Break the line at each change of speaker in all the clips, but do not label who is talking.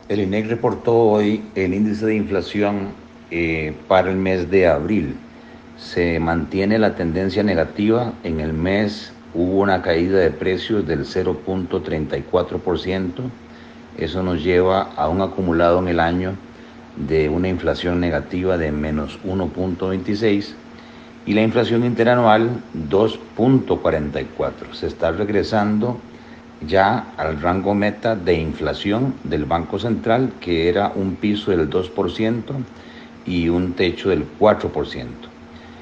El INEC reportó hoy el índice de inflación para el mes de abril. Se mantiene la tendencia negativa. En el mes hubo una caída de precios del 0.34%. Eso nos lleva a un acumulado en el año de una inflación negativa de menos 1.26 y la inflación interanual 2.44. Se está regresando ya al rango meta de inflación del Banco Central, que era un piso del 2% y un techo del 4%.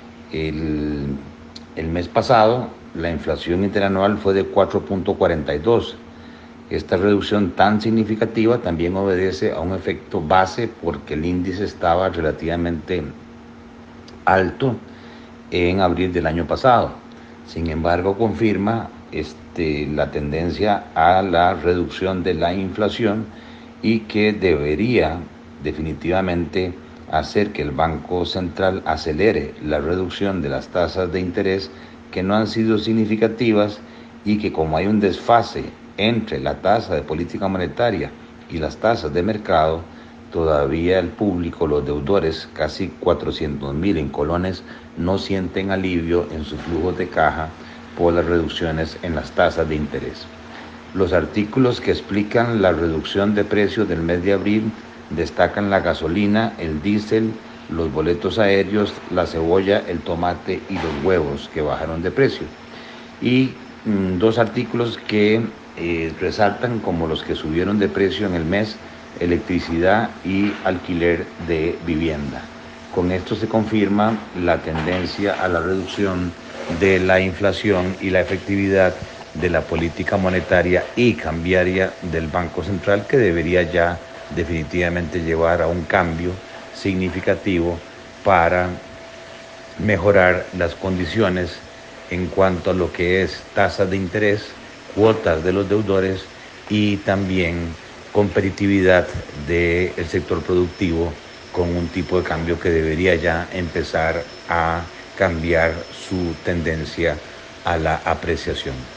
El mes pasado la inflación interanual fue de 4.42. Esta reducción tan significativa también obedece a un efecto base porque el índice estaba relativamente alto en abril del año pasado. Sin embargo, confirma la tendencia a la reducción de la inflación y que debería definitivamente hacer que el Banco Central acelere la reducción de las tasas de interés que no han sido significativas y que como hay un desfase entre la tasa de política monetaria y las tasas de mercado, todavía el público, los deudores, casi 400.000 en colones, no sienten alivio en sus flujos de caja por las reducciones en las tasas de interés. Los artículos que explican la reducción de precios del mes de abril destacan la gasolina, el diésel, los boletos aéreos, la cebolla, el tomate y los huevos que bajaron de precio. Y dos artículos que resaltan como los que subieron de precio en el mes: electricidad y alquiler de vivienda. Con esto se confirma la tendencia a la reducción de la inflación y la efectividad de la política monetaria y cambiaria del Banco Central, que debería ya definitivamente llevar a un cambio significativo para mejorar las condiciones en cuanto a lo que es tasas de interés, cuotas de los deudores y también competitividad del sector productivo, con un tipo de cambio que debería ya empezar a cambiar su tendencia a la apreciación.